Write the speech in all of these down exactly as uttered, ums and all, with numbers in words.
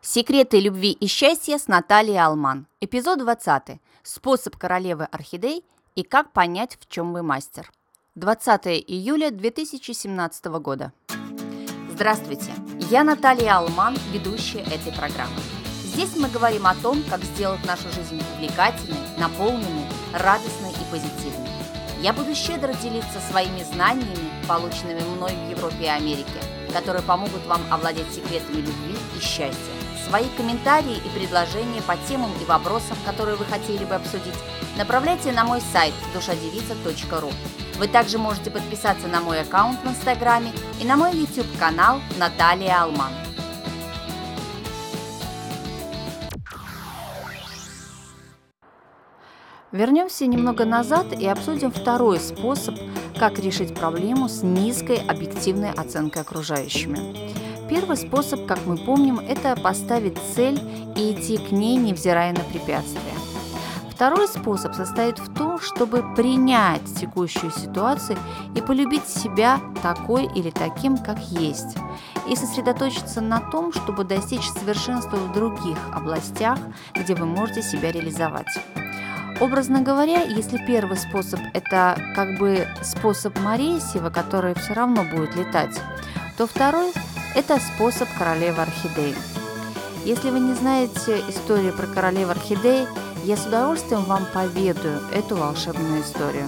Секреты любви и счастья с Натальей Алман. Эпизод двадцатый. Способ королевы орхидей и как понять, в чем вы мастер. двадцатое июля две тысячи семнадцатого года. Здравствуйте, я Наталья Алман, ведущая этой программы. Здесь мы говорим о том, как сделать нашу жизнь увлекательной, наполненной, радостной и позитивной. Я буду щедро делиться своими знаниями, полученными мной в Европе и Америке, которые помогут вам овладеть секретами любви и счастья. Свои комментарии и предложения по темам и вопросам, которые вы хотели бы обсудить, направляйте на мой сайт душа девица точка ру. Вы также можете подписаться на мой аккаунт в Инстаграме и на мой YouTube-канал Наталья Алман. Вернемся немного назад и обсудим второй способ, как решить проблему с низкой объективной оценкой окружающими. Первый способ, как мы помним, это поставить цель и идти к ней, невзирая на препятствия. Второй способ состоит в том, чтобы принять текущую ситуацию и полюбить себя такой или таким, как есть, и сосредоточиться на том, чтобы достичь совершенства в других областях, где вы можете себя реализовать. Образно говоря, если первый способ – это как бы способ Моресьева, который все равно будет летать, то второй – это способ королевы орхидей. Если вы не знаете историю про королеву орхидей, я с удовольствием вам поведаю эту волшебную историю.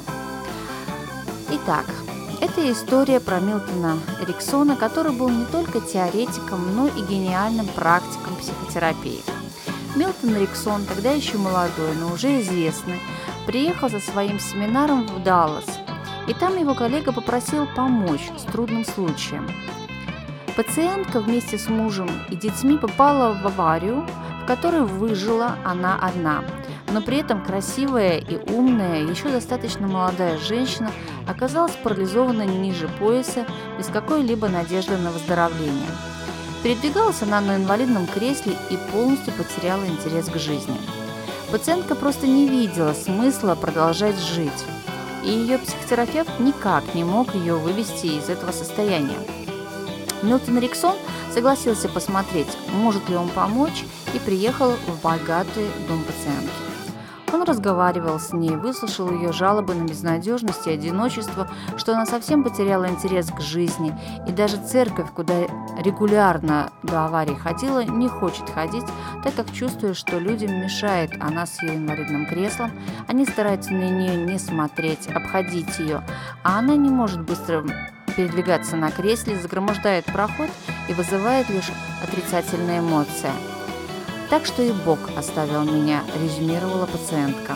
Итак, это история про Милтона Эриксона, который был не только теоретиком, но и гениальным практиком психотерапии. Милтон Эриксон, тогда еще молодой, но уже известный, приехал со своим семинаром в Даллас, и там его коллега попросил помочь с трудным случаем. Пациентка вместе с мужем и детьми попала в аварию, в которой выжила она одна, но при этом красивая и умная, еще достаточно молодая женщина оказалась парализована ниже пояса без какой-либо надежды на выздоровление. Передвигалась она на инвалидном кресле и полностью потеряла интерес к жизни. Пациентка просто не видела смысла продолжать жить, и ее психотерапевт никак не мог ее вывести из этого состояния. Милтон Эриксон согласился посмотреть, может ли он помочь, и приехал в богатый дом пациентки. Он разговаривал с ней, выслушал ее жалобы на безнадежность и одиночество, что она совсем потеряла интерес к жизни, и даже церковь, куда регулярно до аварии ходила, не хочет ходить, так как чувствует, что людям мешает она с ее инвалидным креслом, они стараются на нее не смотреть, обходить ее, а она не может быстро передвигаться на кресле, загромождает проход и вызывает лишь отрицательные эмоции. «Так что и Бог оставил меня», – резюмировала пациентка.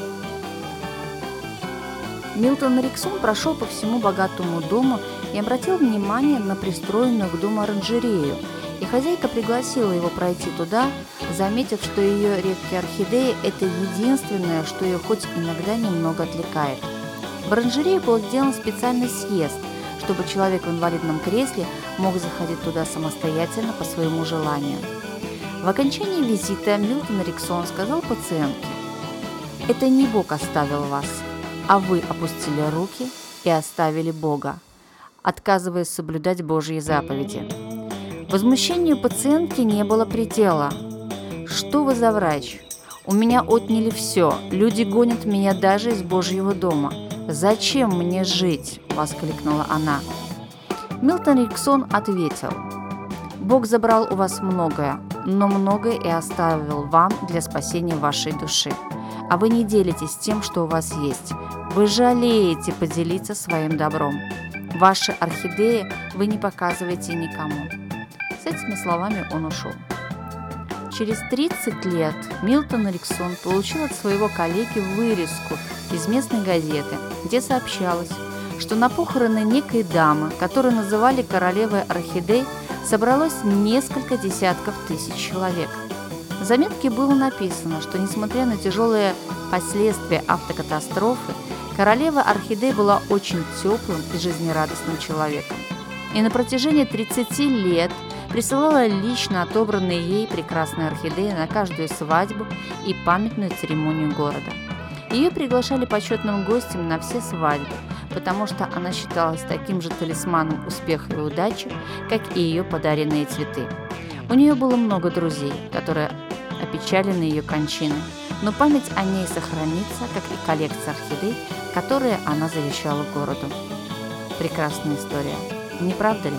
Милтон Эриксон прошел по всему богатому дому и обратил внимание на пристроенную к дому оранжерею, и хозяйка пригласила его пройти туда, заметив, что ее редкие орхидеи – это единственное, что ее хоть иногда немного отвлекает. В оранжерее был сделан специальный съезд, чтобы человек в инвалидном кресле мог заходить туда самостоятельно по своему желанию. В окончании визита Милтон Эриксон сказал пациентке: «Это не Бог оставил вас, а вы опустили руки и оставили Бога, отказываясь соблюдать Божьи заповеди». Возмущению пациентки не было предела. «Что вы за врач? У меня отняли все, люди гонят меня даже из Божьего дома. Зачем мне жить?» – воскликнула она. Милтон Эриксон ответил: «Бог забрал у вас многое, но многое и оставил вам для спасения вашей души. А вы не делитесь тем, что у вас есть. Вы жалеете поделиться своим добром. Ваши орхидеи вы не показываете никому». С этими словами он ушел. Через тридцать лет Милтон Эриксон получил от своего коллеги вырезку из местной газеты, где сообщалось, что на похороны некой дамы, которую называли королевой орхидей, собралось несколько десятков тысяч человек. В заметке было написано, что несмотря на тяжелые последствия автокатастрофы, королева орхидей была очень теплым и жизнерадостным человеком. И на протяжении тридцати лет присылала лично отобранные ей прекрасные орхидеи на каждую свадьбу и памятную церемонию города. Ее приглашали почетным гостем на все свадьбы, потому что она считалась таким же талисманом успеха и удачи, как и ее подаренные цветы. У нее было много друзей, которые опечалены ее кончиной, но память о ней сохранится, как и коллекция орхидей, которые она завещала городу. Прекрасная история, не правда ли?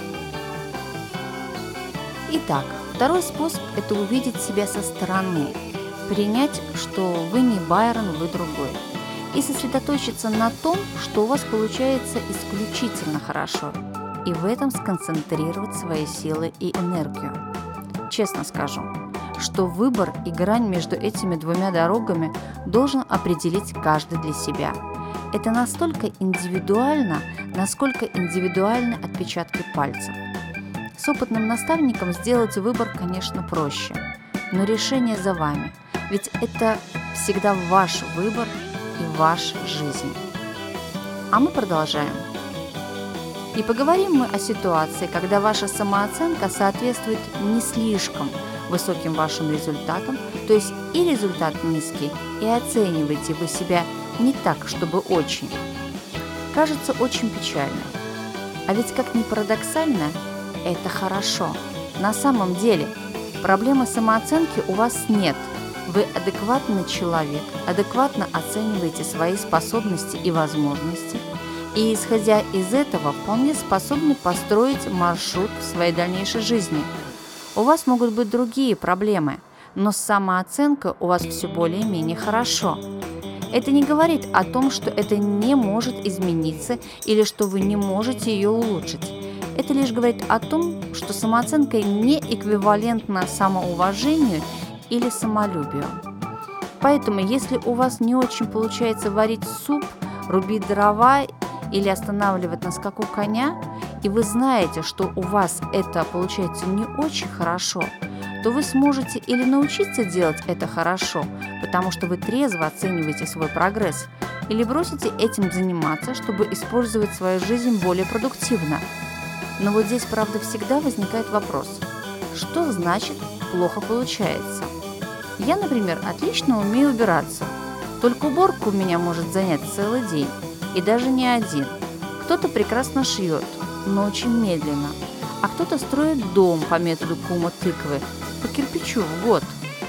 Итак, второй способ – это увидеть себя со стороны, принять, что вы не Байрон, вы другой, и сосредоточиться на том, что у вас получается исключительно хорошо, и в этом сконцентрировать свои силы и энергию. Честно скажу, что выбор и грань между этими двумя дорогами должен определить каждый для себя. Это настолько индивидуально, насколько индивидуальны отпечатки пальцев. С опытным наставником сделать выбор, конечно, проще, но решение за вами, ведь это всегда ваш выбор и ваша жизнь. А мы продолжаем. И поговорим мы о ситуации, когда ваша самооценка соответствует не слишком высоким вашим результатам, то есть и результат низкий, и оцениваете вы себя не так, чтобы очень. Кажется очень печально. А ведь, как ни парадоксально, это хорошо. На самом деле проблемы самооценки у вас нет. Вы адекватный человек, адекватно оцениваете свои способности и возможности, и, исходя из этого, вполне способны построить маршрут в своей дальнейшей жизни. У вас могут быть другие проблемы, но с самооценкой у вас все более-менее хорошо. Это не говорит о том, что это не может измениться или что вы не можете ее улучшить. Это лишь говорит о том, что самооценка не эквивалентна самоуважению или самолюбию. Поэтому, если у вас не очень получается варить суп, рубить дрова или останавливать на скаку коня, и вы знаете, что у вас это получается не очень хорошо, то вы сможете или научиться делать это хорошо, потому что вы трезво оцениваете свой прогресс, или бросите этим заниматься, чтобы использовать свою жизнь более продуктивно. Но вот здесь, правда, всегда возникает вопрос, что значит плохо получается? Я, например, отлично умею убираться, только уборка у меня может занять целый день, и даже не один. Кто-то прекрасно шьет, но очень медленно, а кто-то строит дом по методу кума тыквы, по кирпичу в год.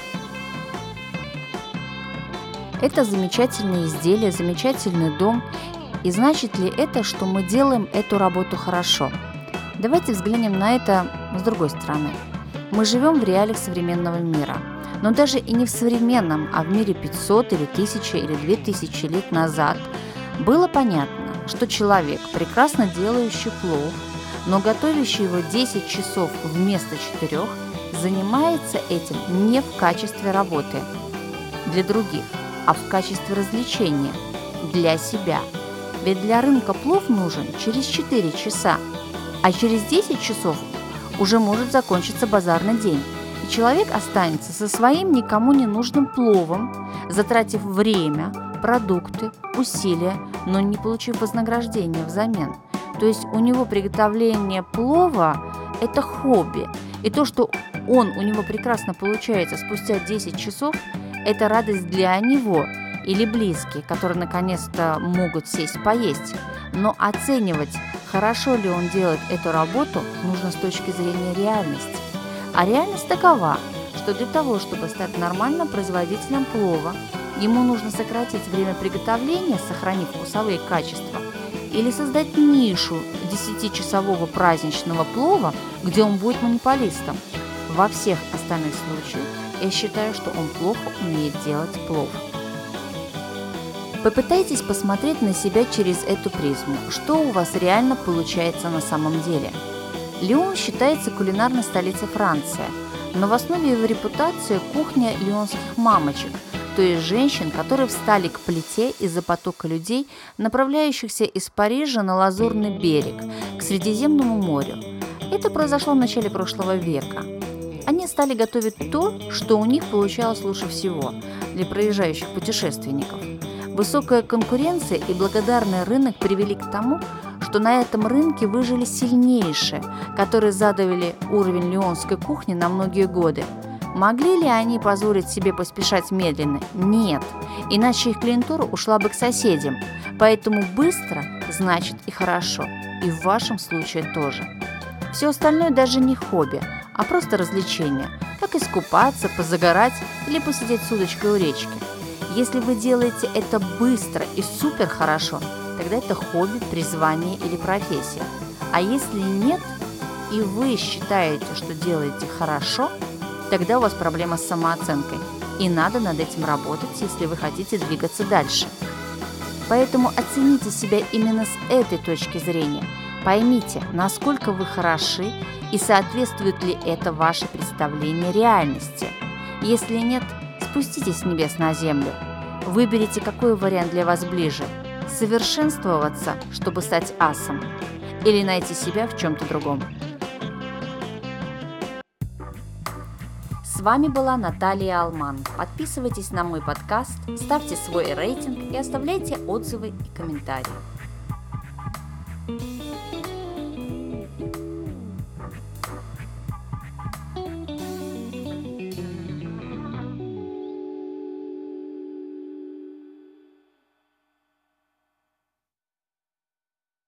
Это замечательное изделие, замечательный дом, и значит ли это, что мы делаем эту работу хорошо? Давайте взглянем на это с другой стороны. Мы живем в реалиях современного мира, но даже и не в современном, а в мире пятьсот или тысяча или две тысячи лет назад было понятно, что человек, прекрасно делающий плов, но готовящий его десять часов вместо четырёх, занимается этим не в качестве работы для других, а в качестве развлечения для себя. Ведь для рынка плов нужен через четыре часа, а через десять часов уже может закончиться базарный день, и человек останется со своим никому не нужным пловом, затратив время, продукты, усилия, но не получив вознаграждения взамен. То есть у него приготовление плова – это хобби, и то, что он у него прекрасно получается спустя десять часов, это радость для него или близкие, которые наконец-то могут сесть поесть. Но оценивать, хорошо ли он делает эту работу, нужно с точки зрения реальности. А реальность такова, что для того, чтобы стать нормальным производителем плова, ему нужно сократить время приготовления, сохранив вкусовые качества, или создать нишу десятичасового праздничного плова, где он будет монополистом. Во всех остальных случаях я считаю, что он плохо умеет делать плов. Попытайтесь посмотреть на себя через эту призму, что у вас реально получается на самом деле. Лион считается кулинарной столицей Франции, но в основе его репутации кухня лионских мамочек, то есть женщин, которые встали к плите из-за потока людей, направляющихся из Парижа на Лазурный берег, к Средиземному морю. Это произошло в начале прошлого века. Они стали готовить то, что у них получалось лучше всего для проезжающих путешественников. Высокая конкуренция и благодарный рынок привели к тому, что на этом рынке выжили сильнейшие, которые задавили уровень лионской кухни на многие годы. Могли ли они позволить себе поспешать медленно? Нет, иначе их клиентура ушла бы к соседям. Поэтому быстро значит и хорошо, и в вашем случае тоже. Все остальное даже не хобби, а просто развлечение, как искупаться, позагорать или посидеть с удочкой у речки. Если вы делаете это быстро и супер хорошо, тогда это хобби, призвание или профессия. А если нет, и вы считаете, что делаете хорошо, тогда у вас проблема с самооценкой, и надо над этим работать, если вы хотите двигаться дальше. Поэтому оцените себя именно с этой точки зрения. Поймите, насколько вы хороши и соответствует ли это ваше представление реальности. Если нет, спуститесь с небес на землю. Выберите, какой вариант для вас ближе – совершенствоваться, чтобы стать асом, или найти себя в чем-то другом. С вами была Наталья Алман. Подписывайтесь на мой подкаст, ставьте свой рейтинг и оставляйте отзывы и комментарии.